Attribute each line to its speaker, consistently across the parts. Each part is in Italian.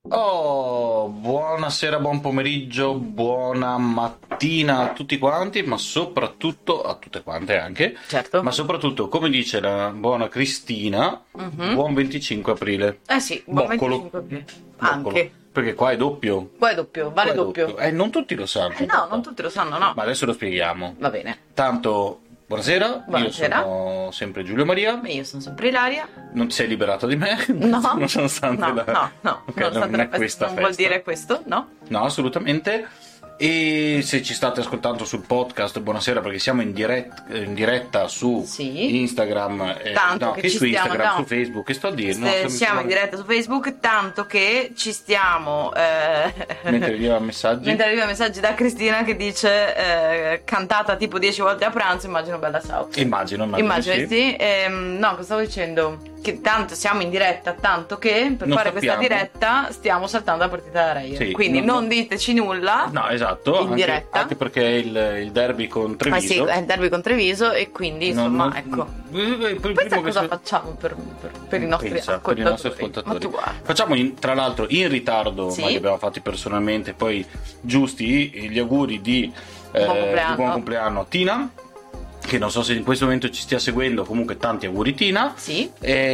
Speaker 1: Oh, buonasera, buon pomeriggio, buona mattina a tutti quanti, ma soprattutto a tutte quante anche.
Speaker 2: Certo.
Speaker 1: Ma soprattutto, come dice la buona Cristina, buon 25 aprile.
Speaker 2: Eh sì, buon
Speaker 1: Boccolo.
Speaker 2: 25 aprile.
Speaker 1: Boccolo.
Speaker 2: Anche.
Speaker 1: Perché qua è doppio.
Speaker 2: Qua è doppio, vale
Speaker 1: Qua è
Speaker 2: doppio.
Speaker 1: Non tutti lo sanno.
Speaker 2: No, non tutti lo sanno, no.
Speaker 1: Ma adesso lo spieghiamo.
Speaker 2: Va bene.
Speaker 1: Tanto, buonasera,
Speaker 2: Buonasera.
Speaker 1: io sono sempre Giulio Maria.
Speaker 2: Io sono sempre Ilaria.
Speaker 1: Non ti sei liberata di me?
Speaker 2: No.
Speaker 1: Nonostante
Speaker 2: No,
Speaker 1: la...
Speaker 2: no.
Speaker 1: Ok,
Speaker 2: Nonostante
Speaker 1: non è
Speaker 2: la
Speaker 1: questa
Speaker 2: non vuol
Speaker 1: festa.
Speaker 2: dire questo, no?
Speaker 1: No, assolutamente. E se ci state ascoltando sul podcast, buonasera, perché siamo in diretta su
Speaker 2: Sì.
Speaker 1: Instagram,
Speaker 2: Tanto
Speaker 1: no,
Speaker 2: che
Speaker 1: che
Speaker 2: ci
Speaker 1: su
Speaker 2: stiamo,
Speaker 1: Instagram,
Speaker 2: no.
Speaker 1: su Facebook, che sto a dire? No,
Speaker 2: Siamo in diretta su Facebook, tanto che ci stiamo...
Speaker 1: Mentre arrivano messaggi.
Speaker 2: Mentre arrivano messaggi da Cristina che dice cantata tipo 10 volte a pranzo, immagino bella ciao.
Speaker 1: Immagino
Speaker 2: Sì. No, cosa stavo dicendo? Che tanto siamo in diretta, tanto che per
Speaker 1: Non
Speaker 2: fare
Speaker 1: sappiamo.
Speaker 2: questa diretta stiamo saltando la partita da Rai.
Speaker 1: Sì,
Speaker 2: Quindi
Speaker 1: non-
Speaker 2: non diteci nulla.
Speaker 1: No, esatto,
Speaker 2: In diretta.
Speaker 1: anche perché è il derby con
Speaker 2: Ma
Speaker 1: Treviso.
Speaker 2: sì, è il derby con Treviso e quindi insomma, ecco. Pensa cosa facciamo per i nostri
Speaker 1: Pensa, per i nostri ascoltatori.
Speaker 2: Ma tu guarda.
Speaker 1: Facciamo tra l'altro in ritardo,
Speaker 2: Sì.
Speaker 1: ma li abbiamo fatti personalmente, poi giusti gli auguri di buon compleanno a Tina, che non so se in questo momento ci stia seguendo, comunque tanti auguri Tina.
Speaker 2: Sì.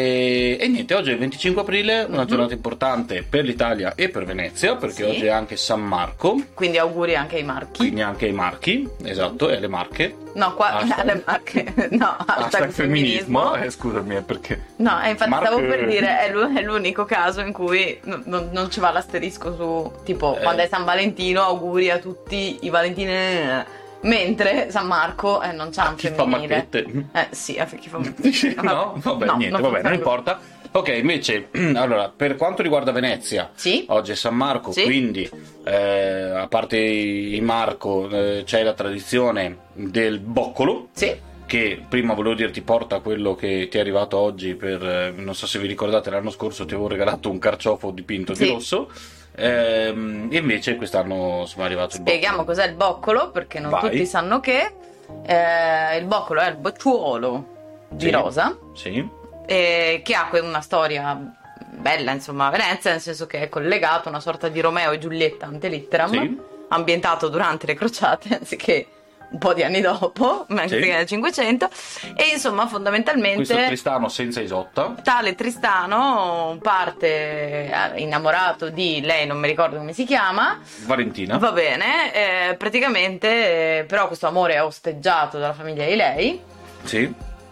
Speaker 1: E niente, oggi è il 25 aprile, una giornata importante per l'Italia e per Venezia, perché
Speaker 2: Sì.
Speaker 1: oggi è anche San Marco,
Speaker 2: Quindi auguri anche ai Marchi.
Speaker 1: quindi anche ai Marchi, esatto, e alle Marche.
Speaker 2: No, qua
Speaker 1: Hashtag.
Speaker 2: alle Marche. No, hashtag femminismo.
Speaker 1: Scusami, perché...
Speaker 2: No, infatti
Speaker 1: Marche-
Speaker 2: stavo per dire, è l'unico caso in cui non ci va l'asterisco su, tipo, quando è San Valentino, auguri a tutti i valentini, mentre San Marco non c'ha un
Speaker 1: chi fa
Speaker 2: femminile.
Speaker 1: macchette?
Speaker 2: Sì, a chi fa macchette.
Speaker 1: No, vabbè,
Speaker 2: No,
Speaker 1: niente,
Speaker 2: non
Speaker 1: vabbè, non
Speaker 2: funziona.
Speaker 1: importa. Ok, invece, allora, per quanto riguarda Venezia,
Speaker 2: Sì.
Speaker 1: oggi è San Marco,
Speaker 2: Sì.
Speaker 1: quindi a parte i Marco c'è la tradizione del boccolo,
Speaker 2: Sì.
Speaker 1: che prima volevo dirti porta quello che ti è arrivato oggi per, non so se vi ricordate, l'anno scorso ti avevo regalato un carciofo dipinto
Speaker 2: Sì.
Speaker 1: di rosso, e invece quest'anno sono arrivato il boccolo.
Speaker 2: Spieghiamo cos'è il boccolo, perché non
Speaker 1: Vai.
Speaker 2: tutti sanno che il boccolo è il bocciuolo di
Speaker 1: Sì.
Speaker 2: rosa,
Speaker 1: Sì,
Speaker 2: che ha una storia bella, insomma, a Venezia, nel senso che è collegato a una sorta di Romeo e Giulietta ante litteram,
Speaker 1: Sì.
Speaker 2: ambientato durante le crociate, anziché un po' di anni dopo, anziché nel 500, e insomma
Speaker 1: questo è
Speaker 2: fondamentalmente
Speaker 1: Tristano senza Isotta.
Speaker 2: tale Tristano parte innamorato di lei, non mi ricordo come si chiama,
Speaker 1: Valentina.
Speaker 2: va bene, praticamente però questo amore è osteggiato dalla famiglia di lei.
Speaker 1: Sì.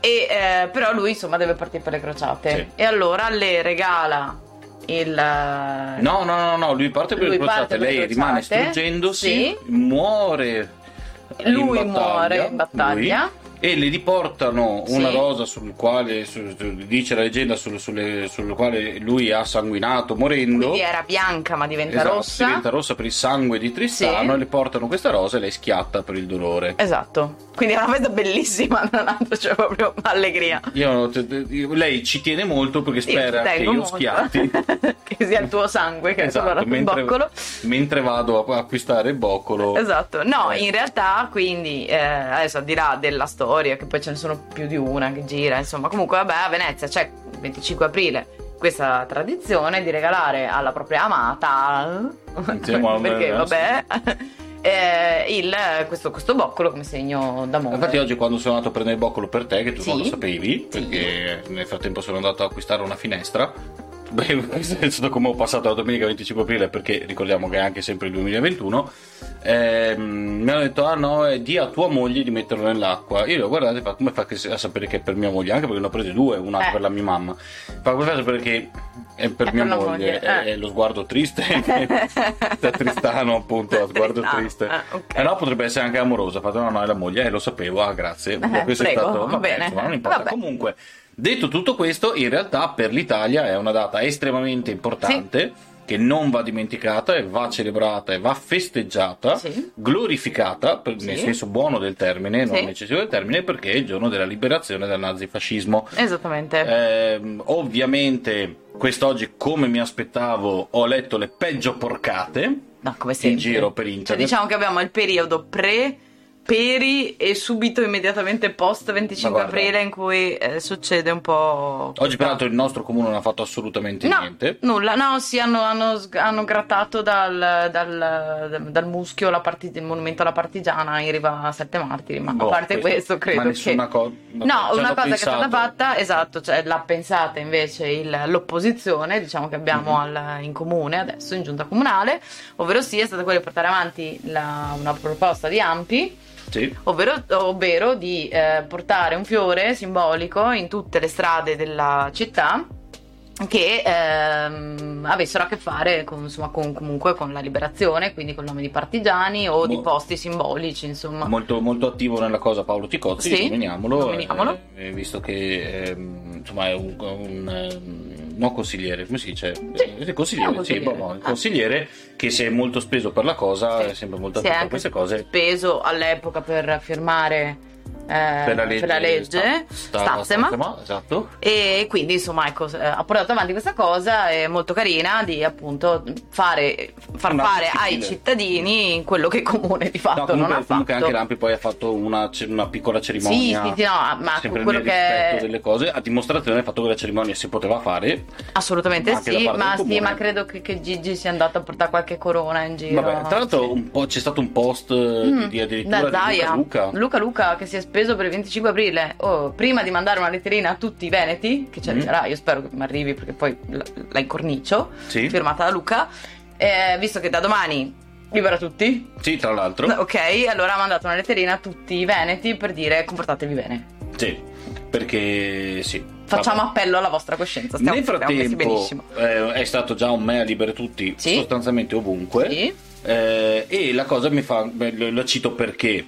Speaker 2: E però lui insomma deve partire per le crociate,
Speaker 1: Sì.
Speaker 2: e allora le regala il
Speaker 1: No, lui parte per
Speaker 2: Lui
Speaker 1: le
Speaker 2: parte
Speaker 1: crociate,
Speaker 2: per le
Speaker 1: lei rimane
Speaker 2: crociate,
Speaker 1: struggendosi,
Speaker 2: sì.
Speaker 1: muore
Speaker 2: Lui
Speaker 1: in battaglia,
Speaker 2: muore in battaglia.
Speaker 1: lui, e le riportano una
Speaker 2: Sì.
Speaker 1: rosa sul quale, dice la leggenda, sul quale lui ha sanguinato morendo.
Speaker 2: quindi era bianca ma diventa
Speaker 1: Esatto,
Speaker 2: rossa.
Speaker 1: diventa rossa per il sangue di Tristano,
Speaker 2: Sì.
Speaker 1: e le portano questa rosa e lei schiatta per il dolore.
Speaker 2: Esatto, quindi è una festa bellissima, tra l'altro, cioè proprio allegria.
Speaker 1: Lei ci tiene molto perché
Speaker 2: Io
Speaker 1: spera
Speaker 2: ci
Speaker 1: che
Speaker 2: tengo
Speaker 1: io
Speaker 2: molto.
Speaker 1: schiatti.
Speaker 2: Che sia il tuo sangue che
Speaker 1: Esatto,
Speaker 2: è solo il boccolo.
Speaker 1: mentre vado a acquistare il boccolo.
Speaker 2: Esatto, no, in realtà quindi adesso al di là della storia, che poi ce ne sono più di una che gira, insomma, comunque vabbè, a Venezia c'è il 25 aprile questa tradizione di regalare alla propria amata,
Speaker 1: Insieme
Speaker 2: perché
Speaker 1: al-
Speaker 2: vabbè, questo boccolo come segno d'amore.
Speaker 1: Infatti oggi quando sono andato a prendere il boccolo per te, che tu
Speaker 2: Sì.
Speaker 1: non lo sapevi,
Speaker 2: Sì.
Speaker 1: perché nel frattempo sono andato ad acquistare una finestra. Beh, questo è stato come ho passato la domenica 25 aprile, perché ricordiamo che è anche sempre il 2021. Mi hanno detto: ah no, di a tua moglie di metterlo nell'acqua. Io le ho guardate e ho fatto: come fa a sapere che è per mia moglie? Anche perché ne ho prese due, una per la mia mamma. Fa come fa a sapere che è per mia
Speaker 2: per la
Speaker 1: moglie?
Speaker 2: moglie,
Speaker 1: È lo sguardo triste da Tristano, appunto, lo sguardo
Speaker 2: Tristano,
Speaker 1: triste.
Speaker 2: ok.
Speaker 1: No, potrebbe essere anche amorosa. Ho fatto: no, no, è la moglie, lo sapevo, ah, grazie. Questo
Speaker 2: prego,
Speaker 1: è stato,
Speaker 2: va bene.
Speaker 1: insomma, non importa.
Speaker 2: Vabbè.
Speaker 1: Comunque, detto tutto questo, in realtà per l'Italia è una data estremamente importante, che non va dimenticata e va celebrata e va festeggiata,
Speaker 2: Sì.
Speaker 1: glorificata,
Speaker 2: Sì.
Speaker 1: nel senso buono del termine, non
Speaker 2: Sì.
Speaker 1: eccessivo del termine, perché è il giorno della liberazione dal nazifascismo.
Speaker 2: Esattamente.
Speaker 1: Ovviamente quest'oggi, come mi aspettavo, ho letto le peggio porcate
Speaker 2: No, come
Speaker 1: in
Speaker 2: sempre.
Speaker 1: giro per
Speaker 2: Cioè,
Speaker 1: internet.
Speaker 2: diciamo che abbiamo il periodo peri e subito immediatamente post 25
Speaker 1: Ma guarda,
Speaker 2: aprile in cui succede un po'.
Speaker 1: oggi peraltro il nostro comune non ha fatto assolutamente
Speaker 2: No,
Speaker 1: niente.
Speaker 2: nulla, no, sì, hanno grattato dal muschio il monumento alla partigiana in riva a Sette Martiri, ma
Speaker 1: Boh,
Speaker 2: a parte questo credo
Speaker 1: ma nessuna
Speaker 2: che.
Speaker 1: cosa.
Speaker 2: No, una cosa che è stata fatta, esatto, cioè l'ha pensata invece l'opposizione, diciamo che abbiamo in comune adesso, in giunta comunale, ovvero sì, è stata quella di portare avanti una proposta di Ampi,
Speaker 1: Sì.
Speaker 2: ovvero di portare un fiore simbolico in tutte le strade della città che avessero a che fare comunque con la liberazione, quindi col nome di partigiani o di posti simbolici, insomma.
Speaker 1: Molto, molto attivo nella cosa Paolo Ticozzi,
Speaker 2: Sì,
Speaker 1: nominiamolo.
Speaker 2: visto
Speaker 1: che insomma è non consigliere, come si dice?
Speaker 2: Sì,
Speaker 1: Consigliere, sì, consigliere che si è molto speso per la cosa,
Speaker 2: sì.
Speaker 1: è sempre molto
Speaker 2: Si è
Speaker 1: attento a
Speaker 2: anche
Speaker 1: queste cose.
Speaker 2: speso all'epoca per firmare per la legge Stazzema,
Speaker 1: esatto.
Speaker 2: E quindi insomma ecco, ha portato avanti questa cosa molto carina di appunto far fare ai cittadini quello che il comune di fatto non ha fatto.
Speaker 1: Comunque anche Rampi poi ha fatto una piccola cerimonia,
Speaker 2: sì, no, ma
Speaker 1: sempre
Speaker 2: quello
Speaker 1: nel
Speaker 2: che
Speaker 1: rispetto delle cose, a dimostrazione del fatto che la cerimonia si poteva fare
Speaker 2: assolutamente
Speaker 1: anche
Speaker 2: sì,
Speaker 1: da parte del comune.
Speaker 2: ma credo che Gigi sia andato a portare qualche corona in giro.
Speaker 1: Vabbè, tra l'altro c'è stato un post di addirittura
Speaker 2: da
Speaker 1: di
Speaker 2: Zaia.
Speaker 1: Luca
Speaker 2: che si è speso per il 25 aprile prima di mandare una letterina a tutti i veneti che ci arriverà, io spero che mi arrivi perché poi la incornicio,
Speaker 1: Sì.
Speaker 2: firmata da Luca, visto che da domani libera tutti,
Speaker 1: sì, tra l'altro,
Speaker 2: ok, allora ha mandato una letterina a tutti i veneti per dire comportatevi bene,
Speaker 1: sì, perché sì,
Speaker 2: facciamo appello alla vostra coscienza.
Speaker 1: Nel
Speaker 2: stiamo messi
Speaker 1: frattempo
Speaker 2: benissimo.
Speaker 1: è stato già un mea libera tutti,
Speaker 2: Sì.
Speaker 1: sostanzialmente ovunque,
Speaker 2: Sì.
Speaker 1: E la cosa mi fa, lo cito perché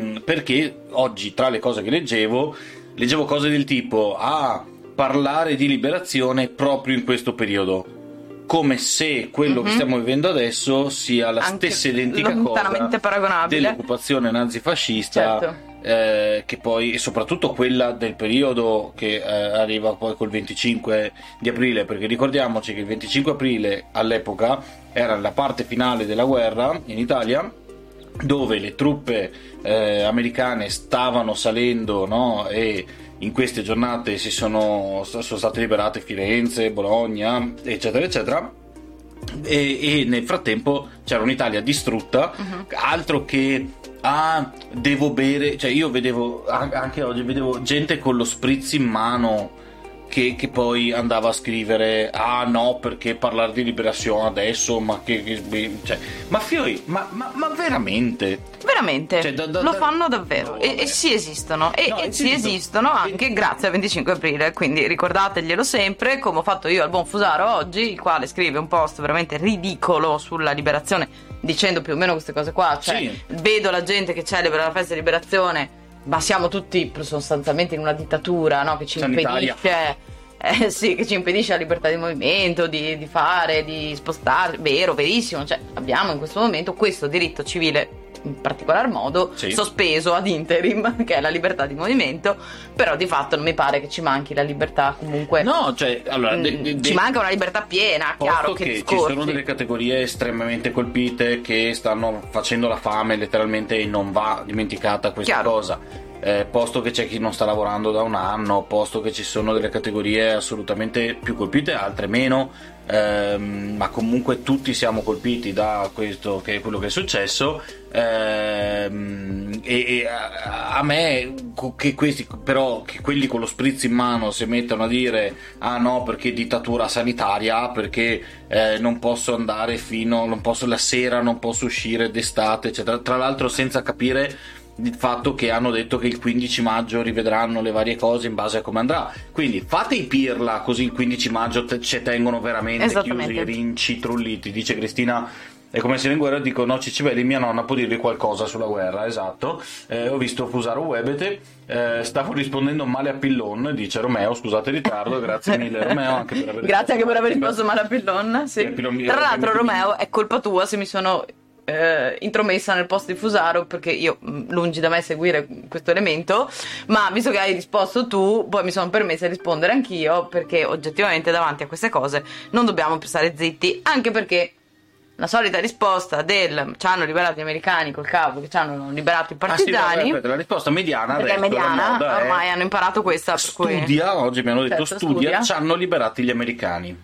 Speaker 1: oggi tra le cose che leggevo cose del tipo parlare di liberazione proprio in questo periodo, come se quello che stiamo vivendo adesso sia la
Speaker 2: Anche
Speaker 1: stessa identica
Speaker 2: lontanamente
Speaker 1: cosa
Speaker 2: paragonabile
Speaker 1: dell'occupazione nazifascista,
Speaker 2: certo.
Speaker 1: Che poi, e soprattutto quella del periodo che arriva poi col 25 di aprile, perché ricordiamoci che il 25 aprile all'epoca era la parte finale della guerra in Italia, dove le truppe americane stavano salendo, no? E in queste giornate sono state liberate Firenze, Bologna, eccetera eccetera, e nel frattempo c'era un'Italia distrutta, altro che devo bere, cioè io vedevo anche oggi gente con lo spritz in mano che poi andava a scrivere no, perché parlare di liberazione adesso, ma cioè, ma fioi, ma veramente cioè,
Speaker 2: lo fanno davvero, e si esistono esistono anche grazie al 25 aprile, quindi ricordateglielo sempre, come ho fatto io al buon Fusaro oggi, il quale scrive un post veramente ridicolo sulla liberazione dicendo più o meno queste cose qua, cioè
Speaker 1: Sì.
Speaker 2: vedo la gente che celebra la festa di liberazione, ma siamo tutti sostanzialmente in una dittatura, no? Che ci
Speaker 1: sanitaria.
Speaker 2: impedisce sì, che ci impedisce la libertà di movimento, di fare, di spostare, verissimo, cioè abbiamo in questo momento questo diritto civile in particolar modo
Speaker 1: Sì.
Speaker 2: sospeso ad interim, che è la libertà di movimento, però di fatto non mi pare che ci manchi la libertà comunque.
Speaker 1: No, cioè, allora
Speaker 2: ci manca una libertà piena, chiaro,
Speaker 1: posto che ci
Speaker 2: discorsi.
Speaker 1: sono delle categorie estremamente colpite che stanno facendo la fame letteralmente, e non va dimenticata questa
Speaker 2: Chiaro.
Speaker 1: cosa. Posto che c'è chi non sta lavorando da un anno, posto che ci sono delle categorie assolutamente più colpite, altre meno, ma comunque tutti siamo colpiti da questo, che è quello che è successo, e a me che questi, però, che quelli con lo spritz in mano si mettono a dire no, perché dittatura sanitaria, perché non posso andare la sera non posso uscire d'estate, eccetera, tra l'altro senza capire il fatto che hanno detto che il 15 maggio rivedranno le varie cose in base a come andrà, quindi fate i pirla, così il 15 maggio ci tengono veramente chiusi, rinci, trulliti. Dice Cristina, è come se in guerra, dico no Cicibelli, mia nonna può dirvi qualcosa sulla guerra, esatto. Ho visto Fusaro Webete, stavo rispondendo male a Pillon, dice Romeo, scusate il ritardo, grazie mille Romeo anche per aver
Speaker 2: grazie anche per aver risposto male a Pillon, sì. Tra l'altro Romeo, è colpa tua se mi sono intromessa nel post di Fusaro, perché io lungi da me seguire questo elemento, ma visto che hai risposto tu, poi mi sono permessa di rispondere anch'io, perché oggettivamente davanti a queste cose non dobbiamo più stare zitti, anche perché la solita risposta del ci hanno liberato gli americani col cavo, che ci hanno liberato i partigiani.
Speaker 1: Sì, aspetta, la risposta mediana
Speaker 2: perché
Speaker 1: adesso,
Speaker 2: è mediana, ormai hanno imparato questa, per cui
Speaker 1: oggi mi hanno detto studia, ci hanno liberati gli americani.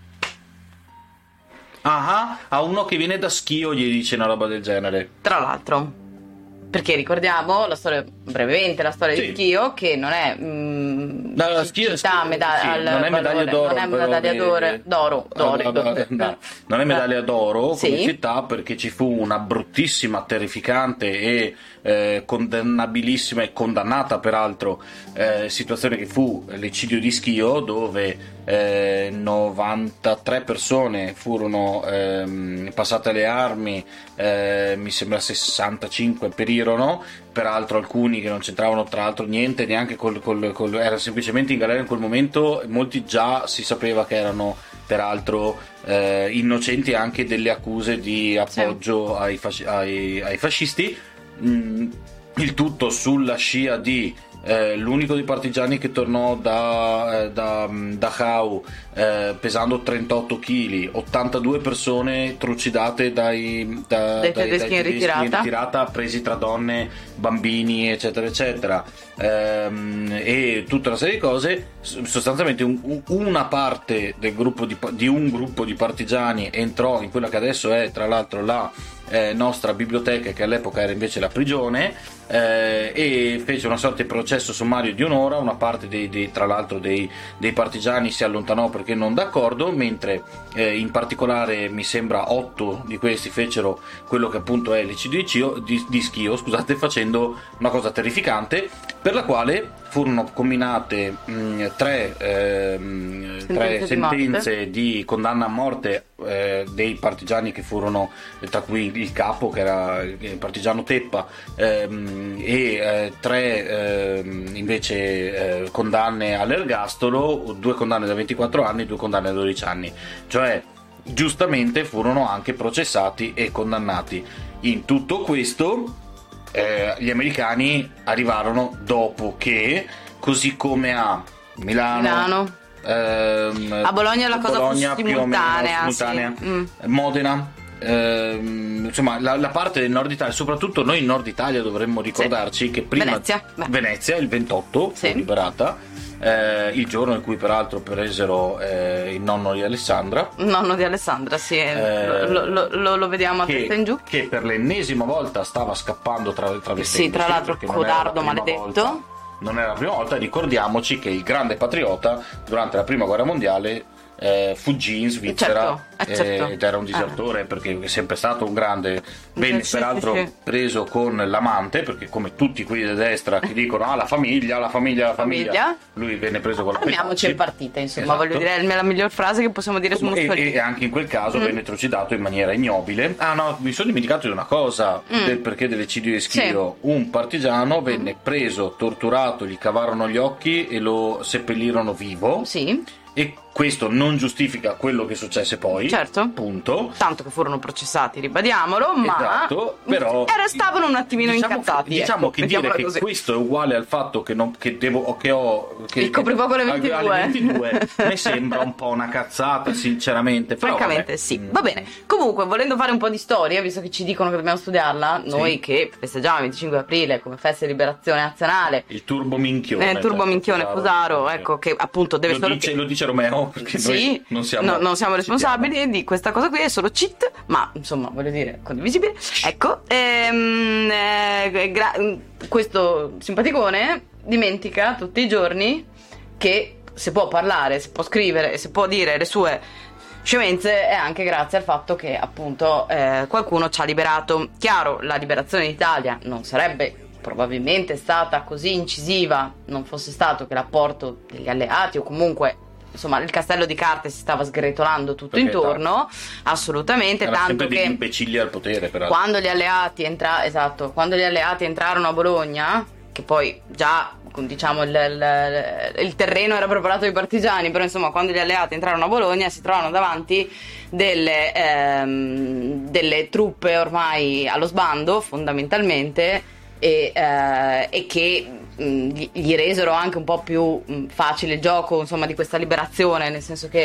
Speaker 1: A uno che viene da Schio gli dice una roba del genere.
Speaker 2: Tra l'altro, perché ricordiamo la storia, brevemente la storia di Schio, che non è
Speaker 1: non è medaglia d'oro,
Speaker 2: non è medaglia d'oro,
Speaker 1: non è medaglia d'oro come città, perché ci fu una bruttissima, terrificante e condannabilissima e condannata peraltro situazione che fu l'eccidio di Schio, dove 93 persone furono passate alle armi, mi sembra 65 perirono, peraltro alcuni che non c'entravano tra l'altro niente neanche era semplicemente in galera in quel momento. Molti già si sapeva che erano peraltro innocenti anche delle accuse di appoggio ai fascisti. Il tutto sulla scia di l'unico dei partigiani che tornò da Dachau pesando 38 kg, 82 persone trucidate dai tedeschi in ritirata, presi tra donne, bambini, eccetera eccetera, e tutta una serie di cose. Sostanzialmente una parte del gruppo di un gruppo di partigiani entrò in quella che adesso è tra l'altro la nostra biblioteca, che all'epoca era invece la prigione, e fece una sorta di processo sommario di un'ora. Una parte tra l'altro dei partigiani si allontanò perché non d'accordo, mentre in particolare mi sembra 8 di questi fecero quello che appunto è l'eccidio di Schio, scusate, facendo una cosa terrificante, per la quale furono comminate 3 sentenze di condanna a morte dei partigiani che furono, tra cui il capo che era il partigiano Teppa, e 3 invece condanne all'ergastolo, 2 condanne da 24 anni, 2 condanne da 12 anni, cioè giustamente furono anche processati e condannati. In tutto questo gli americani arrivarono dopo che, così come a Milano.
Speaker 2: A Bologna la cosa fu simultanea.
Speaker 1: Modena, insomma la parte del nord Italia, soprattutto noi in nord Italia dovremmo ricordarci che prima Venezia il 28 fu liberata, il giorno in cui peraltro presero il nonno di Alessandra, lo vediamo a testa in giù, che per l'ennesima volta stava scappando travestendosi,
Speaker 2: tra l'altro codardo maledetto.
Speaker 1: Non era la prima volta. Ricordiamoci che il grande patriota durante la prima guerra mondiale fuggì in Svizzera, ed era un disertore, perché è sempre stato un grande. Venne peraltro preso con l'amante, perché come tutti quelli di destra che dicono la famiglia, lui venne preso con la
Speaker 2: Fermiamoci in partita, insomma, voglio dire, è la miglior frase che possiamo dire su Mussolini.
Speaker 1: E anche in quel caso venne trucidato in maniera ignobile. Mi sono dimenticato di una cosa, del perché dell'eccidio di Schio. Un partigiano venne preso, torturato, gli cavarono gli occhi e lo seppellirono vivo. E questo non giustifica quello che successe poi, punto.
Speaker 2: Tanto che furono processati, ribadiamolo, ma
Speaker 1: però
Speaker 2: stavano un attimino incazzati.
Speaker 1: Diciamo che dire che questo è uguale al fatto che ho
Speaker 2: il coprifuoco alle 22
Speaker 1: mi sembra un po' una cazzata, sinceramente.
Speaker 2: Francamente va bene. Comunque, volendo fare un po' di storia, visto che ci dicono che dobbiamo studiarla, noi che festeggiamo il 25 aprile come festa di liberazione nazionale,
Speaker 1: il turbo minchione,
Speaker 2: Fusaro, ecco, che appunto deve
Speaker 1: lo dice Romeo, perché noi non siamo
Speaker 2: responsabili di questa cosa qui, è solo cheat, ma insomma, voglio dire, condivisibile. Ecco, questo simpaticone dimentica tutti i giorni che si può parlare, si può scrivere, si può dire le sue scemenze, è anche grazie al fatto che appunto qualcuno ci ha liberato. Chiaro, la liberazione d'Italia non sarebbe probabilmente stata così incisiva non fosse stato che l'apporto degli alleati, o comunque insomma il castello di carte si stava sgretolando tutto intorno, assolutamente,
Speaker 1: era
Speaker 2: tanto
Speaker 1: che
Speaker 2: che
Speaker 1: imbecilli al potere, peraltro.
Speaker 2: Quando gli alleati entrarono a Bologna, che poi già diciamo il terreno era preparato ai partigiani, però insomma quando gli alleati entrarono a Bologna si trovano davanti delle truppe ormai allo sbando fondamentalmente, e che gli resero anche un po' più facile il gioco, insomma, di questa liberazione, nel senso che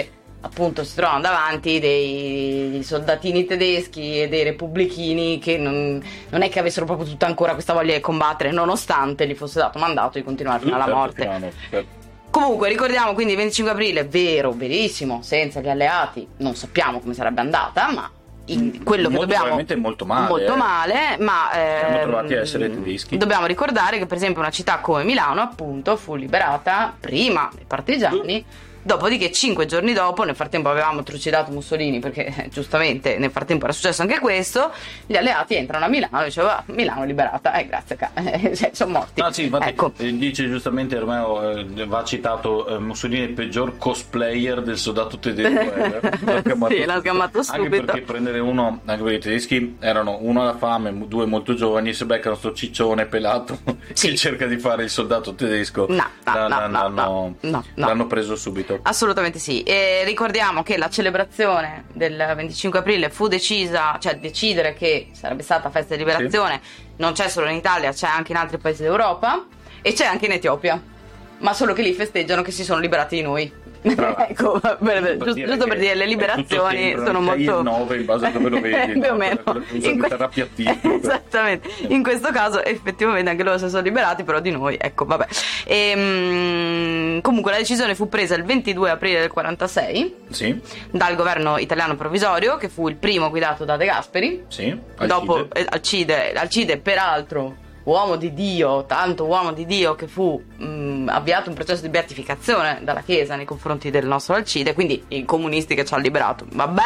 Speaker 2: appunto si trovano davanti dei soldatini tedeschi e dei repubblichini che non è che avessero proprio tutta ancora questa voglia di combattere, nonostante gli fosse dato mandato di continuare fino alla morte. Comunque ricordiamo quindi il 25 aprile, verissimo, senza gli alleati non sappiamo come sarebbe andata, ma quello che dobbiamo
Speaker 1: molto male,
Speaker 2: ma
Speaker 1: siamo trovati a essere tedeschi.
Speaker 2: Dobbiamo ricordare che per esempio una città come Milano appunto fu liberata prima dei partigiani. Dopodiché 5 giorni dopo, nel frattempo avevamo trucidato Mussolini, perché giustamente nel frattempo era successo anche questo, gli alleati entrano a Milano e dicevo Milano è liberata, grazie cioè, sono morti.
Speaker 1: No, sì, infatti, ecco. Dice giustamente Romeo, va citato Mussolini è il peggior cosplayer del soldato tedesco.
Speaker 2: Sì, l'ha chiamato subito.
Speaker 1: Anche perché prendere uno, anche perché i tedeschi erano uno alla fame, due molto giovani, se beccano sto ciccione pelato che cerca di fare il soldato tedesco, l'hanno preso subito.
Speaker 2: Assolutamente sì. E ricordiamo che la celebrazione del 25 aprile fu decisa, cioè decidere che sarebbe stata festa di liberazione, non c'è solo in Italia, c'è anche in altri paesi d'Europa e c'è anche in Etiopia, ma solo che lì festeggiano che si sono liberati di noi. Ecco, giusto per dire, le liberazioni sono molto
Speaker 1: 9 in base a dove lo vedi,
Speaker 2: più o meno esattamente. In questo caso effettivamente anche loro si sono liberati, però di noi, ecco, vabbè. Comunque la decisione fu presa il 22 aprile del 46 dal governo italiano provvisorio, che fu il primo guidato da De Gasperi, dopo Alcide peraltro uomo di Dio, tanto uomo di Dio che fu avviato un processo di beatificazione dalla Chiesa nei confronti del nostro Alcide, quindi i comunisti che ci ha liberato, vabbè,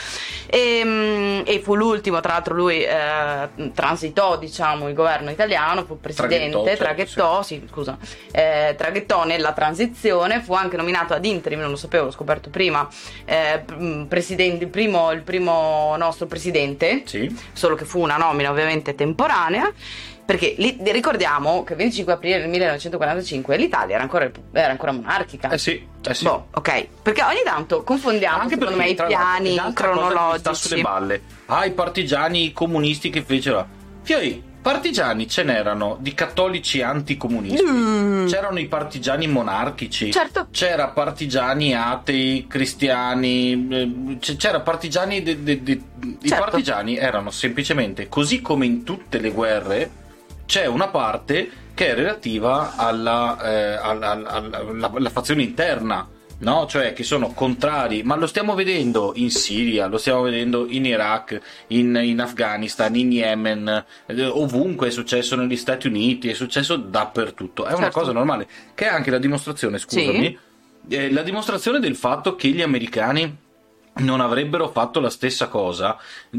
Speaker 2: e fu l'ultimo, tra l'altro lui transitò, diciamo, il governo italiano, fu presidente, traghettò nella transizione, fu anche nominato ad interim, non lo sapevo, l'ho scoperto prima, presidente, il primo nostro presidente, solo che fu una nomina ovviamente temporanea. Perché ricordiamo che il 25 aprile del 1945 l'Italia era ancora monarchica.
Speaker 1: Boh,
Speaker 2: ok. Perché ogni tanto confondiamo, anche secondo me, i piani cronologici.
Speaker 1: Sta sulle balle. I partigiani, i comunisti che fecero. Partigiani ce n'erano di cattolici anticomunisti, c'erano i partigiani monarchici, c'era partigiani atei, cristiani, c'era partigiani. I partigiani erano semplicemente, così come in tutte le guerre, c'è una parte che è relativa alla fazione interna, no? Cioè che sono contrari, ma lo stiamo vedendo in Siria, lo stiamo vedendo in Iraq, in Afghanistan, in Yemen, ovunque è successo, negli Stati Uniti, è successo dappertutto, è una cosa normale, che è anche la dimostrazione, la dimostrazione del fatto che gli americani non avrebbero fatto la stessa cosa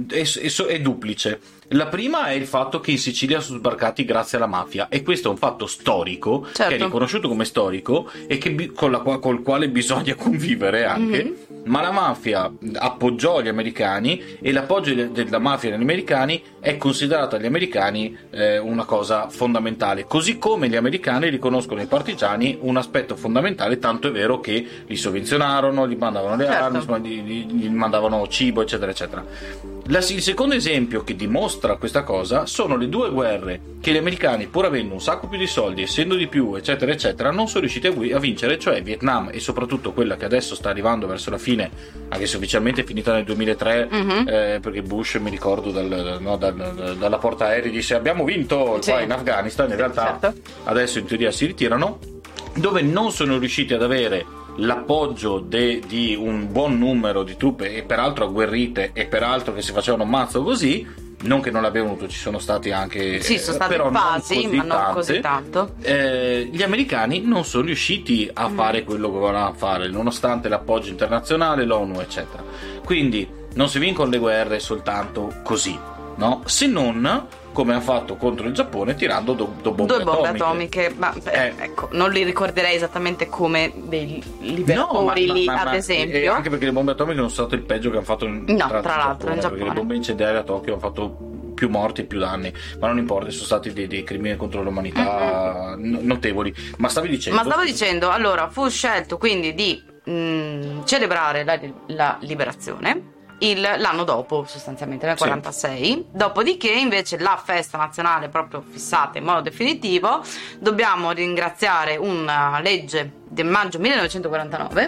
Speaker 1: è duplice. La prima è il fatto che in Sicilia sono sbarcati grazie alla mafia, e questo è un fatto storico, che è riconosciuto come storico e che col quale bisogna convivere anche. Ma la mafia appoggiò gli americani, e l'appoggio della mafia agli americani è considerato agli americani una cosa fondamentale, così come gli americani riconoscono ai partigiani un aspetto fondamentale, tanto è vero che li sovvenzionarono, gli mandavano le armi, gli mandavano cibo, eccetera eccetera. Il secondo esempio che dimostra questa cosa sono le due guerre che gli americani, pur avendo un sacco più di soldi, essendo di più, eccetera eccetera, non sono riusciti a vincere, cioè Vietnam, e soprattutto quella che adesso sta arrivando verso la fine, anche se ufficialmente è finita nel 2003, perché Bush, mi ricordo, dalla portaerei disse abbiamo vinto qua in Afghanistan, in realtà adesso in teoria si ritirano, dove non sono riusciti ad avere l'appoggio di un buon numero di truppe, e peraltro agguerrite, e peraltro che si facevano un mazzo così, non che non l'abbiano avuto, ci sono stati anche
Speaker 2: sono stati fasi, ma non così tanto.
Speaker 1: Gli americani non sono riusciti a fare quello che volevano fare, nonostante l'appoggio internazionale, l'ONU, eccetera. Quindi non si vincono le guerre soltanto così, no? Se non come hanno fatto contro il Giappone, tirando due bombe atomiche. Ma ecco, non li ricorderei esattamente come dei liberatori ad esempio. Anche perché le bombe atomiche non sono state il peggio che hanno fatto tra l'altro in Giappone, perché le bombe incendiarie a Tokyo hanno fatto più morti e più danni, ma non importa, sono stati dei crimini contro l'umanità notevoli. Ma stavi dicendo? Allora, fu scelto quindi di celebrare la liberazione l'anno dopo, sostanzialmente nel 46. Dopodiché invece la festa nazionale proprio fissata in modo definitivo, dobbiamo ringraziare una legge del maggio 1949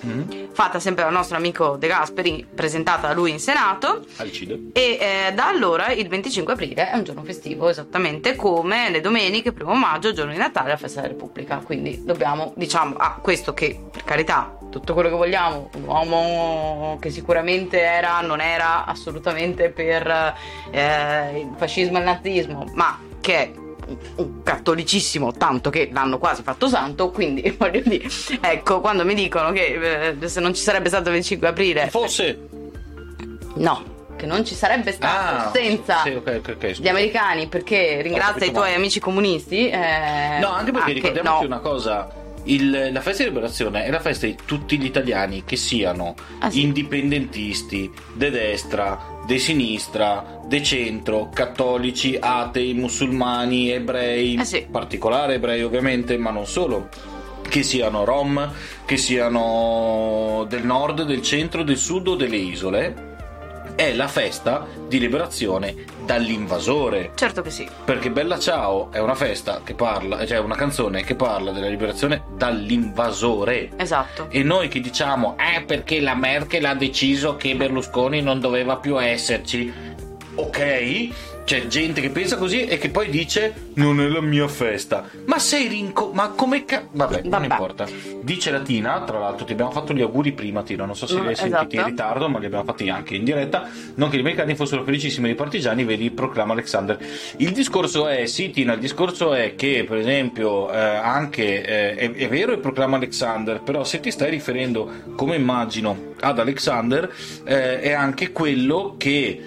Speaker 2: fatta sempre dal nostro amico De Gasperi, presentata da lui in Senato.
Speaker 1: Alcide.
Speaker 2: E da allora il 25 aprile è un giorno festivo, esattamente come le domeniche, 1° maggio, giorno di Natale, la festa della Repubblica. Quindi dobbiamo, diciamo, questo che, per carità, tutto quello che vogliamo, un uomo che sicuramente non era assolutamente per il fascismo e il nazismo, ma che è un cattolicissimo, tanto che l'hanno quasi fatto santo, quindi voglio dire, ecco, quando mi dicono che se non ci sarebbe stato il 25 aprile
Speaker 1: Fosse
Speaker 2: no, che non ci sarebbe stato senza
Speaker 1: sì, okay,
Speaker 2: gli americani, perché ringrazia i tuoi amici comunisti,
Speaker 1: no, anche perché ricordiamoci una cosa: la festa di liberazione è la festa di tutti gli italiani, che siano indipendentisti, de destra, de sinistra, de centro, cattolici, atei, musulmani, ebrei, particolare ebrei ovviamente, ma non solo, che siano rom, che siano del nord, del centro, del sud o delle isole. È la festa di liberazione dall'invasore.
Speaker 2: Certo che sì.
Speaker 1: Perché Bella Ciao è una festa che parla, cioè una canzone che parla della liberazione dall'invasore.
Speaker 2: Esatto.
Speaker 1: E noi che diciamo perché la Merkel ha deciso che Berlusconi non doveva più esserci. Ok, c'è gente che pensa così e che poi dice non è la mia festa. Ma sei ma come vabbè, non importa. Dice la Tina, tra l'altro ti abbiamo fatto gli auguri prima, Tina, non so se li hai sentiti in ritardo, ma li abbiamo fatti anche in diretta. Non che gli americani fossero felicissimi dei partigiani, vedi, proclama Alexander. Il discorso è, sì Tina, il discorso è che per esempio anche è vero il proclama Alexander, però se ti stai riferendo, come immagino, ad Alexander, è anche quello che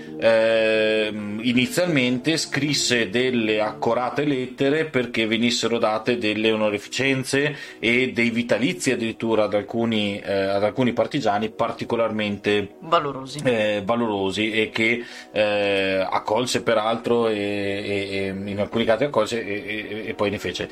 Speaker 1: inizialmente scrisse delle accorate lettere perché venissero date delle onorificenze e dei vitalizi addirittura ad alcuni partigiani particolarmente valorosi e che accolse peraltro e in alcuni casi accolse e poi ne fece.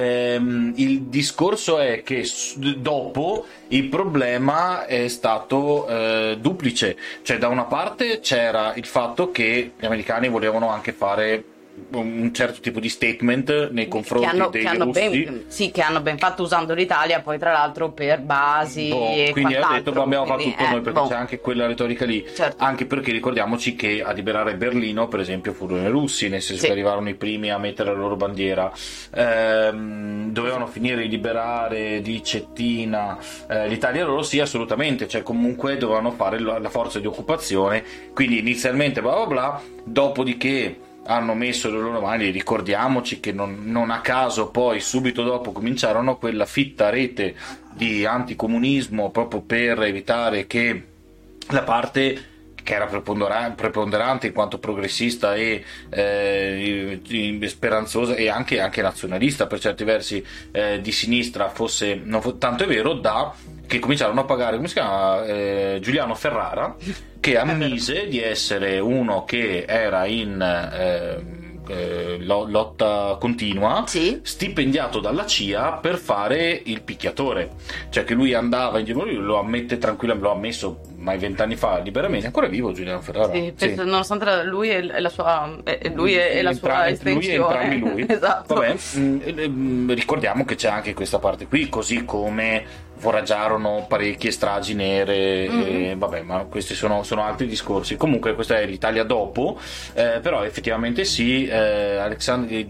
Speaker 1: Il discorso è che dopo il problema è stato duplice, cioè da una parte c'era il fatto che gli americani volevano anche fare un certo tipo di statement nei confronti dei russi,
Speaker 2: che hanno ben fatto usando l'Italia poi tra l'altro per basi e
Speaker 1: quindi ha detto abbiamo
Speaker 2: fatto
Speaker 1: tutto noi, perché c'è anche quella retorica lì,
Speaker 2: certo.
Speaker 1: Anche perché ricordiamoci che a liberare Berlino per esempio furono i russi, nel senso che arrivarono i primi a mettere la loro bandiera. Dovevano finire di liberare di Cettina l'Italia, loro sì, assolutamente, cioè comunque dovevano fare la forza di occupazione, quindi inizialmente bla bla bla, dopodiché hanno messo le loro mani. Ricordiamoci che non a caso poi subito dopo cominciarono quella fitta rete di anticomunismo proprio per evitare che la parte che era preponderante in quanto progressista e speranzosa e anche nazionalista per certi versi di sinistra fosse tanto è vero che cominciarono a pagare, come si chiama, Giuliano Ferrara, che ammise di essere uno che era in lotta continua, stipendiato dalla CIA per fare il picchiatore, cioè che lui andava in giro, lui lo ammette tranquillamente, lo ha ammesso mai 20 anni fa liberamente, ancora vivo Giuliano Ferrara,
Speaker 2: penso, nonostante lui e la sua estensione, lui e entrambi lui. Esatto.
Speaker 1: Vabbè, ricordiamo che c'è anche questa parte qui, così come foraggiarono parecchie stragi nere, e, vabbè, ma questi sono altri discorsi. Comunque questa è l'Italia dopo, però effettivamente sì, Alexander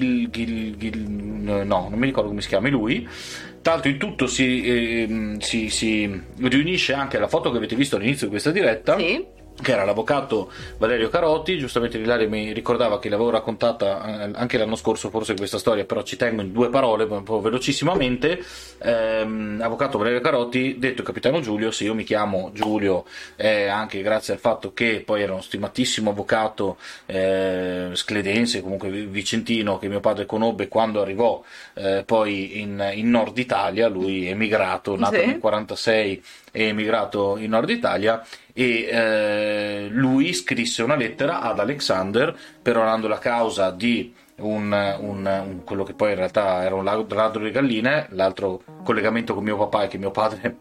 Speaker 1: no, non mi ricordo come si chiama lui. Tra l'altro il tutto si riunisce anche alla foto che avete visto all'inizio di questa diretta, che era l'avvocato Valerio Carotti. Giustamente Ilaria mi ricordava che l'avevo raccontata anche l'anno scorso forse questa storia, però ci tengo in 2 parole un po' velocissimamente. Avvocato Valerio Carotti, detto Capitano Giulio, se io mi chiamo Giulio anche grazie al fatto che poi era uno stimatissimo avvocato scledense, comunque vicentino, che mio padre conobbe quando arrivò poi in Nord Italia. Lui è emigrato, nato nel 46, è emigrato in Nord Italia, e lui scrisse una lettera ad Alexander perorando la causa di quello che poi in realtà era un ladro di galline. L'altro collegamento con mio papà è che mio padre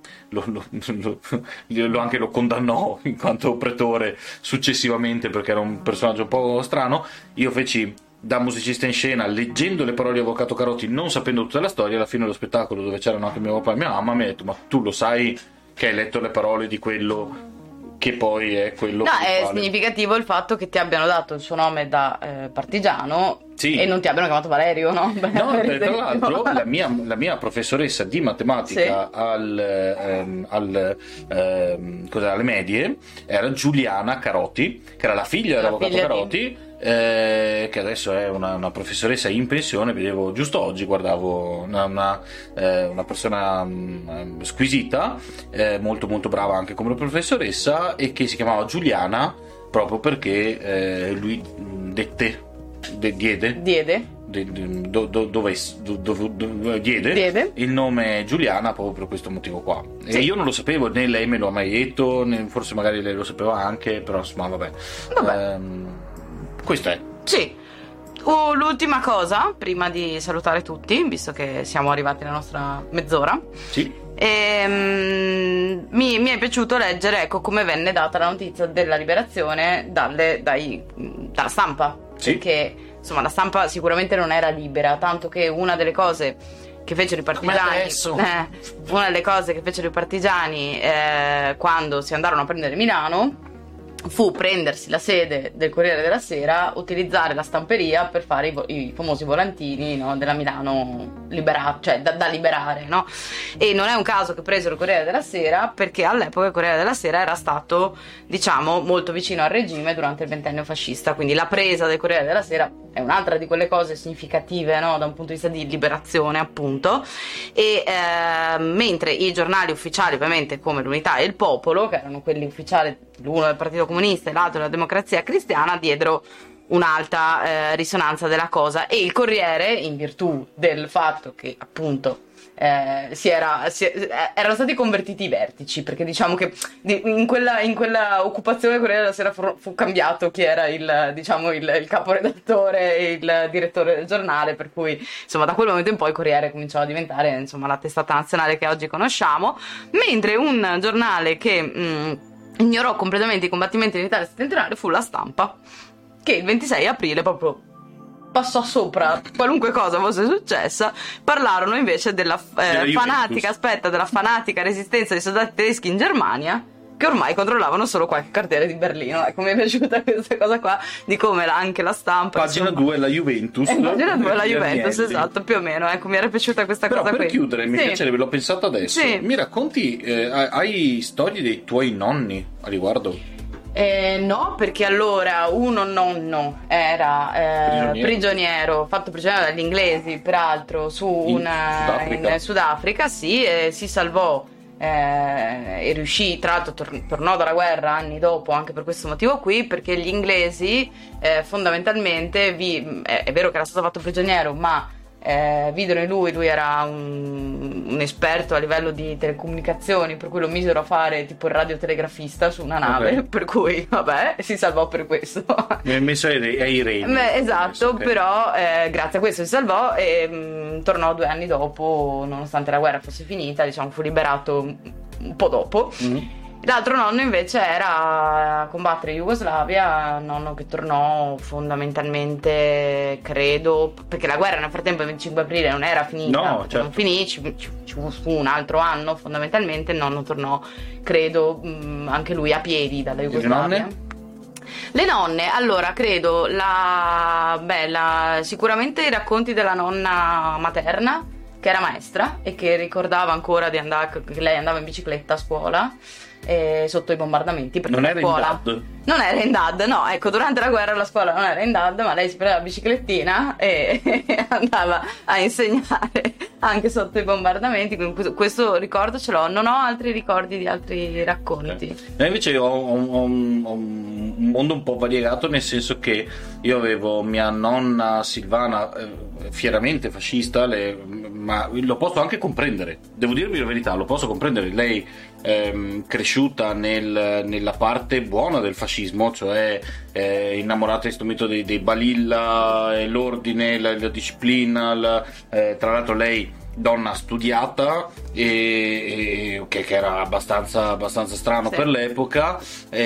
Speaker 1: lo condannò in quanto pretore successivamente, perché era un personaggio un po' strano. Io feci da musicista in scena, leggendo le parole di avvocato Carotti, non sapendo tutta la storia. Alla fine dello spettacolo, dove c'erano anche mio papà e mia mamma, mi ha detto: ma tu lo sai che hai letto le parole di quello che poi è quello
Speaker 2: No,
Speaker 1: per il
Speaker 2: è
Speaker 1: quale...
Speaker 2: significativo il fatto che ti abbiano dato il suo nome da partigiano,
Speaker 1: Sì.
Speaker 2: e non ti abbiano chiamato Valerio, no? Beh,
Speaker 1: No,
Speaker 2: per
Speaker 1: tra
Speaker 2: esempio.
Speaker 1: l'altro la mia professoressa di matematica alle medie era Giuliana Carotti, che era la figlia dell'avvocato
Speaker 2: figlia di-
Speaker 1: Carotti, che adesso è una professoressa in pensione. Vedevo giusto oggi, guardavo una persona squisita, molto molto brava anche come professoressa, e che si chiamava Giuliana proprio perché lui diede
Speaker 2: Diede
Speaker 1: il nome Giuliana proprio per questo motivo qua.
Speaker 2: Sì.
Speaker 1: E io non lo sapevo, né lei me lo ha mai detto, né forse magari lei lo sapeva anche, però insomma vabbè. Questo è.
Speaker 2: Sì. L'ultima cosa, prima di salutare tutti, visto che siamo arrivati alla nostra mezz'ora,
Speaker 1: Sì.
Speaker 2: mi è piaciuto leggere, ecco, come venne data la notizia della liberazione dalla stampa.
Speaker 1: Sì.
Speaker 2: Perché insomma la stampa sicuramente non era libera, tanto che una delle cose che fecero i partigiani, una delle cose che fecero i partigiani quando si andarono a prendere Milano fu prendersi la sede del Corriere della Sera, utilizzare la stamperia per fare i famosi volantini, no, della Milano liberata, cioè da liberare, no? E non è un caso che presero il Corriere della Sera, perché all'epoca il Corriere della Sera era stato, diciamo, molto vicino al regime durante il ventennio fascista, quindi la presa del Corriere della Sera è un'altra di quelle cose significative, no, da un punto di vista di liberazione, appunto. E mentre i giornali ufficiali, ovviamente, come l'Unità e il Popolo, che erano quelli ufficiali, l'uno del Partito Comunista e l'altro della Democrazia Cristiana, diedero un'alta risonanza della cosa. E il Corriere, in virtù del fatto che appunto erano stati convertiti i vertici, perché diciamo che in quella occupazione del Corriere della Sera fu cambiato chi era il caporedattore e il direttore del giornale, per cui insomma da quel momento in poi il Corriere cominciò a diventare insomma la testata nazionale che oggi conosciamo, mentre un giornale che ignorò completamente i combattimenti in Italia settentrionale fu La Stampa, che il 26 aprile proprio passò sopra qualunque cosa fosse successa. Parlarono invece della fanatica resistenza dei soldati tedeschi in Germania, che ormai controllavano solo qualche quartiere di Berlino. Ecco, mi è piaciuta questa cosa qua, di come anche la stampa,
Speaker 1: Pagina 2 la Juventus.
Speaker 2: Pagina 2 la Juventus,
Speaker 1: Agnelli.
Speaker 2: esatto, più o meno. Ecco, mi era piaciuta questa
Speaker 1: Però
Speaker 2: cosa
Speaker 1: per
Speaker 2: qui.
Speaker 1: chiudere, mi
Speaker 2: Sì.
Speaker 1: piacerebbe, l'ho pensato adesso.
Speaker 2: Sì.
Speaker 1: Mi racconti, hai storie dei tuoi nonni a riguardo?
Speaker 2: No, perché allora uno nonno era prigioniero, fatto prigioniero dagli inglesi, peraltro in Sudafrica, sì, e si salvò e riuscì, tra l'altro tornò dalla guerra anni dopo anche per questo motivo qui, perché gli inglesi fondamentalmente è vero che era stato fatto prigioniero, ma videro in lui era un esperto a livello di telecomunicazioni, per cui lo misero a fare tipo il radiotelegrafista su una nave, okay. Per cui vabbè, si salvò per questo.
Speaker 1: Mi hai messo ai reni.
Speaker 2: Esatto, però grazie a questo si salvò e tornò 2 anni dopo, nonostante la guerra fosse finita, diciamo fu liberato un po' dopo. L'altro nonno invece era a combattere in Jugoslavia, nonno che tornò fondamentalmente, credo, perché la guerra nel frattempo il 25 aprile non era finita,
Speaker 1: no, certo.
Speaker 2: Non finì, ci fu un altro anno fondamentalmente, il nonno tornò, credo, anche lui a piedi dalla Jugoslavia. Le nonne, allora, credo, sicuramente i racconti della nonna materna, che era maestra e che ricordava ancora che lei andava in bicicletta a scuola sotto i bombardamenti, perché
Speaker 1: non era
Speaker 2: scuola
Speaker 1: in DAD.
Speaker 2: Non era in DAD, no, ecco, durante la guerra la scuola non era in DAD, ma lei si prendeva la biciclettina e andava a insegnare anche sotto i bombardamenti, quindi questo ricordo ce l'ho. Non ho altri ricordi di altri racconti.
Speaker 1: Io invece ho un mondo un po' variegato, nel senso che io avevo mia nonna Silvana fieramente fascista, ma lo posso anche comprendere, devo dirvi la verità, lo posso comprendere. Lei cresciuta nella parte buona del fascismo, cioè innamorata di questo mito dei balilla, l'ordine, la disciplina, tra l'altro lei donna studiata e che era abbastanza strano per l'epoca,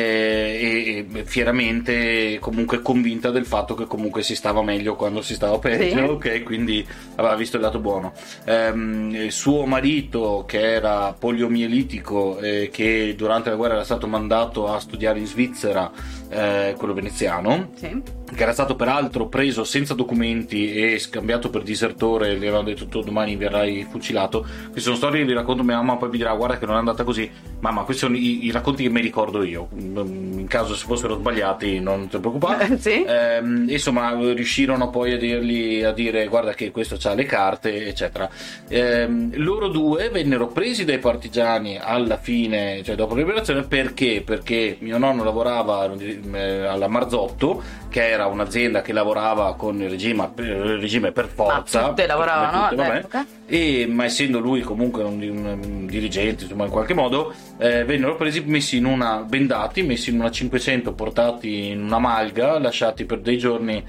Speaker 1: e fieramente comunque convinta del fatto che comunque si stava meglio quando si stava peggio, ok, quindi aveva visto il lato buono. Suo marito, che era poliomielitico, che durante la guerra era stato mandato a studiare in Svizzera, quello veneziano, che era stato peraltro preso senza documenti e scambiato per disertore, gli avevano detto tu domani verrai fucilato. Queste sono storie che vi racconto mia mamma, poi mi dirà guarda che non è andata così. Mamma, questi sono i racconti che mi ricordo io, in caso se fossero sbagliati non ti preoccupare. Insomma, riuscirono poi a dire guarda che questo c'ha le carte, eccetera. Loro due vennero presi dai partigiani alla fine, cioè dopo la liberazione, perché mio nonno lavorava alla Marzotto, che era un'azienda che lavorava con il regime per forza,
Speaker 2: tutte lavoravano
Speaker 1: ma essendo lui comunque un dirigente, insomma, in qualche modo vennero bendati, messi in una 500, portati in una malga, lasciati per dei giorni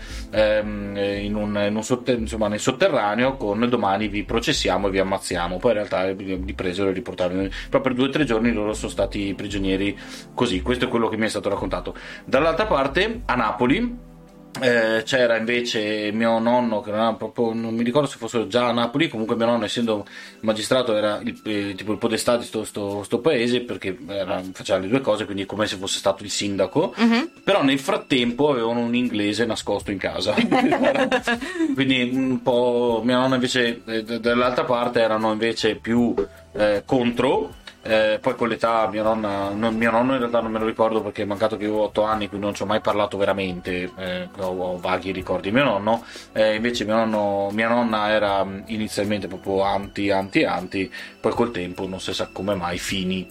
Speaker 1: nel sotterraneo, con domani vi processiamo e vi ammazziamo. Poi in realtà li presero e li portarono, però per 2 o 3 giorni loro sono stati prigionieri così. Questo è quello che mi è stato raccontato. Dall'altra parte, a Napoli, c'era invece mio nonno, che non mi ricordo se fosse già a Napoli, comunque mio nonno, essendo magistrato, era tipo il podestà di sto paese, perché faceva le due cose, quindi come se fosse stato il sindaco. Però nel frattempo avevano un inglese nascosto in casa quindi un po' mio nonno invece, dall'altra parte erano invece più contro. Poi con l'età mio nonno in realtà non me lo ricordo, perché è mancato che io ho 8 anni, quindi non ci ho mai parlato veramente, ho vaghi ricordi di mio nonno. Invece mia nonna era inizialmente proprio anti, poi col tempo non si sa come mai Fini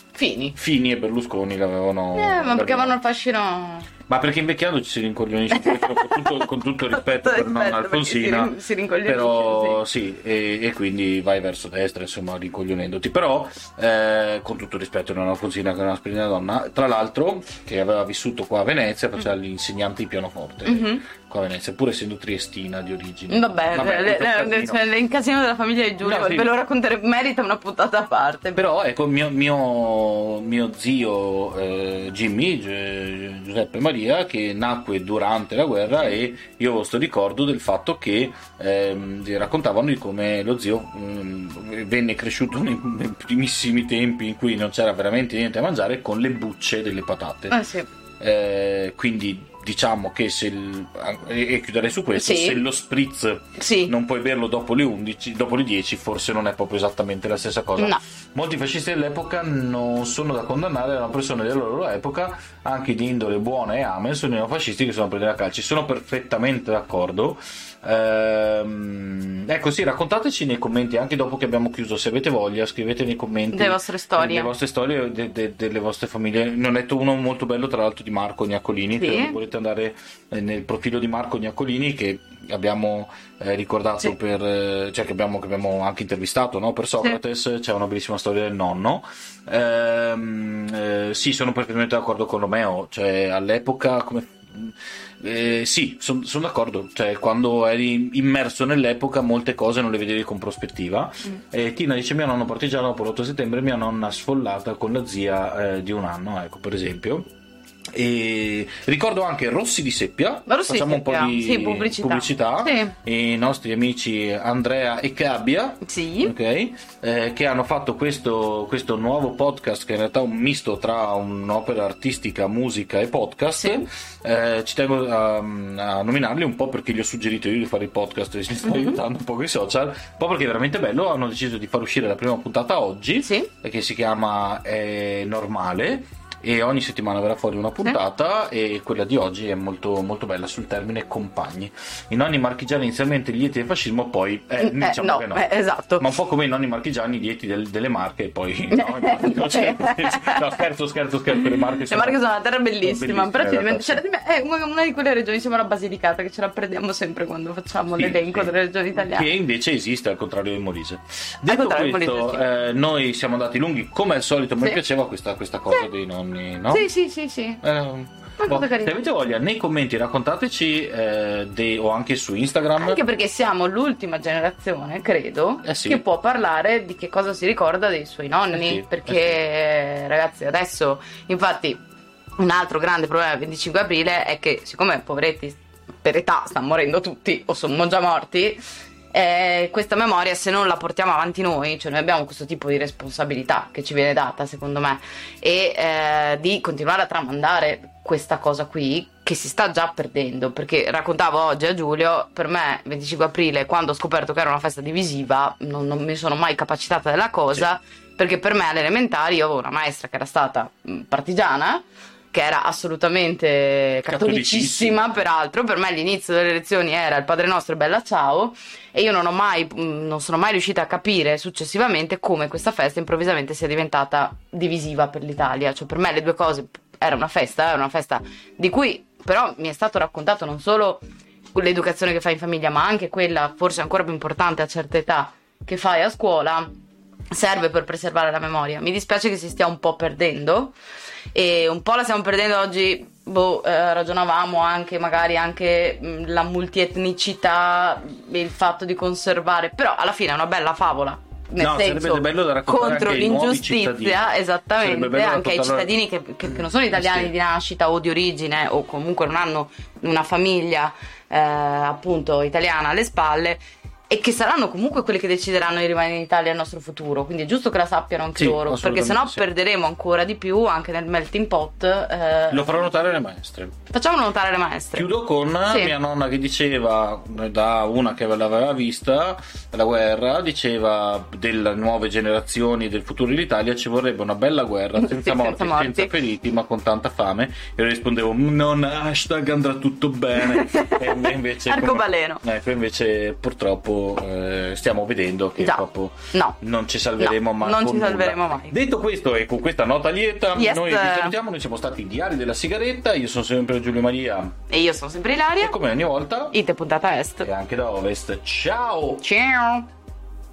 Speaker 1: e Berlusconi l'avevano,
Speaker 2: ma perché avevano il fascino.
Speaker 1: Ma perché invecchiando ci si rincoglionisce, con tutto rispetto per nonna Alfonsina,
Speaker 2: si
Speaker 1: però sì, e quindi vai verso destra, insomma, rincoglionendoti. Però con tutto rispetto a nonna Alfonsina, che è una splendida donna, tra l'altro, che aveva vissuto qua a Venezia, faceva l'insegnante di pianoforte qua a Venezia, pur essendo triestina di origine.
Speaker 2: Vabbè, l'incasino della famiglia di Giulio, ve lo racconteremo, merita una puntata a parte.
Speaker 1: Però ecco, mio zio Jimmy, Giuseppe Maria, che nacque durante la guerra, e io ho questo ricordo del fatto che raccontavano di come lo zio venne cresciuto nei primissimi tempi in cui non c'era veramente niente da mangiare, con le bucce delle patate. Quindi diciamo che e chiuderei su questo, se lo spritz non puoi berlo dopo le 11, dopo le 10, forse non è proprio esattamente la stessa cosa.
Speaker 2: No.
Speaker 1: Molti fascisti dell'epoca non sono da condannare, erano persone della loro epoca, anche di indole buona e amen, sono i neofascisti che sono a prendere a calci. Sono perfettamente d'accordo. Ecco, sì, raccontateci nei commenti, anche dopo che abbiamo chiuso, se avete voglia, scrivete nei commenti
Speaker 2: le vostre storie,
Speaker 1: delle vostre famiglie. Ne ho letto uno molto bello, tra l'altro, di Marco Gnaccolini. Se volete andare nel profilo di Marco Gnaccolini, che abbiamo ricordato che abbiamo anche intervistato, no? Per Socrates, c'è una bellissima storia del nonno. Sì, sono perfettamente d'accordo con Romeo, cioè all'epoca sono d'accordo, cioè quando eri immerso nell'epoca molte cose non le vedevi con prospettiva. Tina dice: mio nonno partigiano dopo l'8 settembre, mia nonna sfollata con la zia di 1 anno, ecco, per esempio. E ricordo anche Rossi di Seppia, facciamo un po' di pubblicità. I nostri amici Andrea e Cabbia, che hanno fatto questo nuovo podcast, che in realtà è un misto tra un'opera artistica, musica e podcast. Ci tengo a nominarli un po' perché gli ho suggerito io di fare il podcast e ci sto aiutando un po' con i social, un po' perché è veramente bello. Hanno deciso di far uscire la prima puntata oggi, che si chiama Normale, e ogni settimana verrà fuori una puntata, e quella di oggi è molto, molto bella, sul termine compagni. I nonni marchigiani inizialmente lieti del fascismo, poi diciamo che no.
Speaker 2: Esatto.
Speaker 1: Ma un po' come i nonni marchigiani lieti delle Marche, e poi no, scherzo, le Marche sono una
Speaker 2: terra bellissima, però è una di quelle regioni, siamo la Basilicata, che ce la prendiamo sempre quando facciamo l'elenco delle regioni italiane,
Speaker 1: che invece esiste, al contrario del Molise. Detto questo, noi siamo andati lunghi come al solito. Mi piaceva questa cosa dei nonni, no?
Speaker 2: Sì. Una cosa
Speaker 1: Se
Speaker 2: carina.
Speaker 1: avete voglia, nei commenti raccontateci o anche su Instagram.
Speaker 2: Anche perché siamo l'ultima generazione, credo,
Speaker 1: Sì.
Speaker 2: che può parlare di che cosa si ricorda dei suoi nonni.
Speaker 1: Sì,
Speaker 2: Perché, ragazzi, adesso, infatti, un altro grande problema del 25 aprile è che, siccome poveretti per età stanno morendo tutti o sono già morti, questa memoria, se non la portiamo avanti noi, cioè noi abbiamo questo tipo di responsabilità che ci viene data, secondo me, e di continuare a tramandare questa cosa qui che si sta già perdendo. Perché raccontavo oggi a Giulio, per me 25 aprile, quando ho scoperto che era una festa divisiva, non mi sono mai capacitata della cosa, perché per me alle elementari io avevo una maestra che era stata partigiana, che era assolutamente cattolicissima, peraltro. Per me l'inizio delle lezioni era il Padre Nostro e Bella Ciao, e io non sono mai riuscita a capire successivamente come questa festa improvvisamente sia diventata divisiva per l'Italia. Cioè, per me le due cose, era una festa di cui però mi è stato raccontato non solo l'educazione che fai in famiglia, ma anche quella forse ancora più importante a certe età che fai a scuola, serve per preservare la memoria. Mi dispiace che si stia un po' perdendo, e un po' la stiamo perdendo oggi. Ragionavamo anche magari anche la multietnicità, il fatto di conservare, però alla fine è una bella favola, nel senso,
Speaker 1: sarebbe bello da raccontare
Speaker 2: contro
Speaker 1: anche ai nuovi
Speaker 2: l'ingiustizia,
Speaker 1: cittadini. Sarebbe
Speaker 2: esattamente,
Speaker 1: bello
Speaker 2: anche ai
Speaker 1: raccontarlo-
Speaker 2: cittadini che non sono italiani
Speaker 1: Sì.
Speaker 2: di nascita o di origine, o comunque non hanno una famiglia appunto italiana alle spalle, e che saranno comunque quelli che decideranno di rimanere in Italia il nostro futuro. Quindi è giusto che la sappiano anche
Speaker 1: Sì,
Speaker 2: loro, perché
Speaker 1: assolutamente
Speaker 2: sennò
Speaker 1: sì.
Speaker 2: perderemo ancora di più anche nel melting pot.
Speaker 1: Lo farò notare alle maestre.
Speaker 2: Facciamolo notare alle maestre.
Speaker 1: Chiudo con
Speaker 2: Sì.
Speaker 1: mia nonna che diceva, da una che l'aveva vista la guerra, diceva delle nuove generazioni del futuro dell'Italia ci vorrebbe una bella guerra senza,
Speaker 2: Sì,
Speaker 1: morti,
Speaker 2: senza morti.
Speaker 1: senza feriti, ma con tanta fame. E io rispondevo non hashtag andrà tutto bene. E invece
Speaker 2: Arcobaleno.
Speaker 1: ecco, invece purtroppo stiamo vedendo che
Speaker 2: Già.
Speaker 1: proprio
Speaker 2: No.
Speaker 1: non ci salveremo
Speaker 2: No,
Speaker 1: mai.
Speaker 2: non
Speaker 1: con
Speaker 2: ci salveremo
Speaker 1: nulla.
Speaker 2: mai.
Speaker 1: Detto questo, e con questa nota lieta,
Speaker 2: Yes.
Speaker 1: noi vi salutiamo. Noi siamo stati i Diari della Sigaretta. Io sono sempre Giulio Maria.
Speaker 2: E io sono sempre Ilaria.
Speaker 1: E come ogni volta,
Speaker 2: Ite puntata est.
Speaker 1: e anche da Ovest. Ciao!
Speaker 2: Ciao.